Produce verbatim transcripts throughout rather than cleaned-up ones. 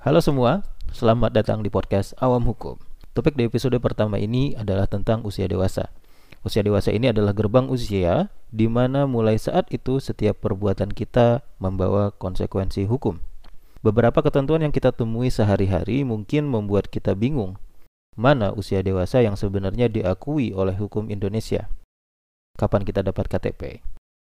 Halo semua, selamat datang di podcast Awam Hukum. Topik di episode pertama ini adalah tentang usia dewasa. Usia dewasa ini adalah gerbang usia di mana mulai saat itu setiap perbuatan kita membawa konsekuensi hukum. Beberapa ketentuan yang kita temui sehari-hari mungkin membuat kita bingung. Mana usia dewasa yang sebenarnya diakui oleh hukum Indonesia? Kapan kita dapat K T P?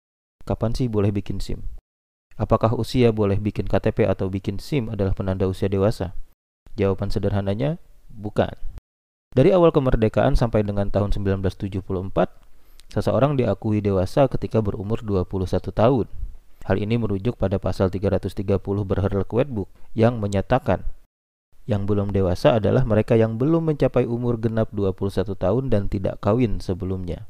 Kapan sih boleh bikin SIM? Apakah usia boleh bikin K T P atau bikin SIM adalah penanda usia dewasa? Jawaban sederhananya, bukan. Dari awal kemerdekaan sampai dengan tahun sembilan belas tujuh puluh empat, seseorang diakui dewasa ketika berumur dua puluh satu tahun. Hal ini merujuk pada pasal tiga ratus tiga puluh Berherlekuetboek yang menyatakan yang belum dewasa adalah mereka yang belum mencapai umur genap dua puluh satu tahun dan tidak kawin sebelumnya.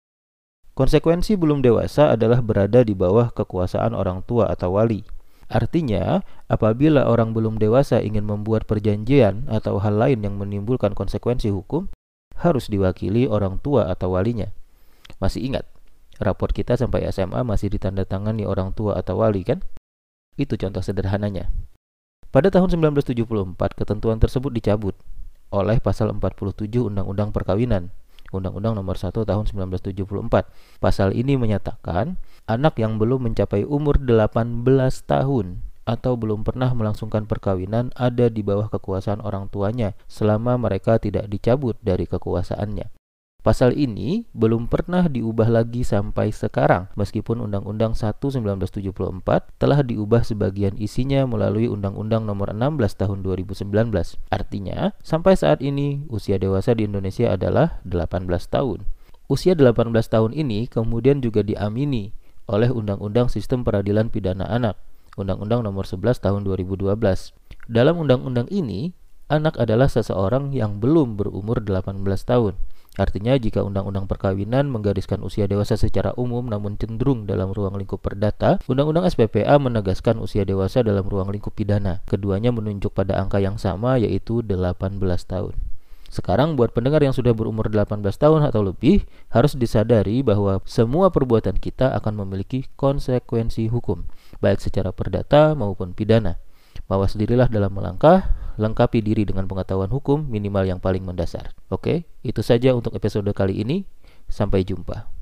Konsekuensi belum dewasa adalah berada di bawah kekuasaan orang tua atau wali. Artinya, apabila orang belum dewasa ingin membuat perjanjian atau hal lain yang menimbulkan konsekuensi hukum, harus diwakili orang tua atau walinya. Masih ingat, raport kita sampai S M A masih ditandatangani orang tua atau wali kan? Itu contoh sederhananya. Pada tahun sembilan belas tujuh puluh empat, ketentuan tersebut dicabut oleh pasal empat puluh tujuh Undang-Undang Perkawinan. Undang-Undang Nomor satu Tahun sembilan belas tujuh puluh empat. Pasal ini menyatakan, anak yang belum mencapai umur delapan belas tahun atau belum pernah melangsungkan perkawinan ada di bawah kekuasaan orang tuanya selama mereka tidak dicabut dari kekuasaannya. Pasal ini belum pernah diubah lagi sampai sekarang, meskipun Undang-Undang satu sembilan belas tujuh puluh empat telah diubah sebagian isinya melalui Undang-Undang Nomor enam belas Tahun dua ribu sembilan belas. Artinya, sampai saat ini usia dewasa di Indonesia adalah delapan belas tahun. Usia delapan belas tahun ini kemudian juga diamini oleh Undang-Undang Sistem Peradilan Pidana Anak, Undang-Undang Nomor sebelas Tahun dua ribu dua belas. Dalam undang-undang ini, anak adalah seseorang yang belum berumur delapan belas tahun. Artinya jika Undang-Undang Perkawinan menggariskan usia dewasa secara umum namun cenderung dalam ruang lingkup perdata, Undang-Undang S P P A menegaskan usia dewasa dalam ruang lingkup pidana. Keduanya menunjuk pada angka yang sama, yaitu delapan belas tahun. Sekarang buat pendengar yang sudah berumur delapan belas tahun atau lebih, harus disadari bahwa semua perbuatan kita akan memiliki konsekuensi hukum, baik secara perdata maupun pidana. Mawas dirilah dalam melangkah, lengkapi diri dengan pengetahuan hukum minimal yang paling mendasar. Oke, itu saja untuk episode kali ini. Sampai jumpa.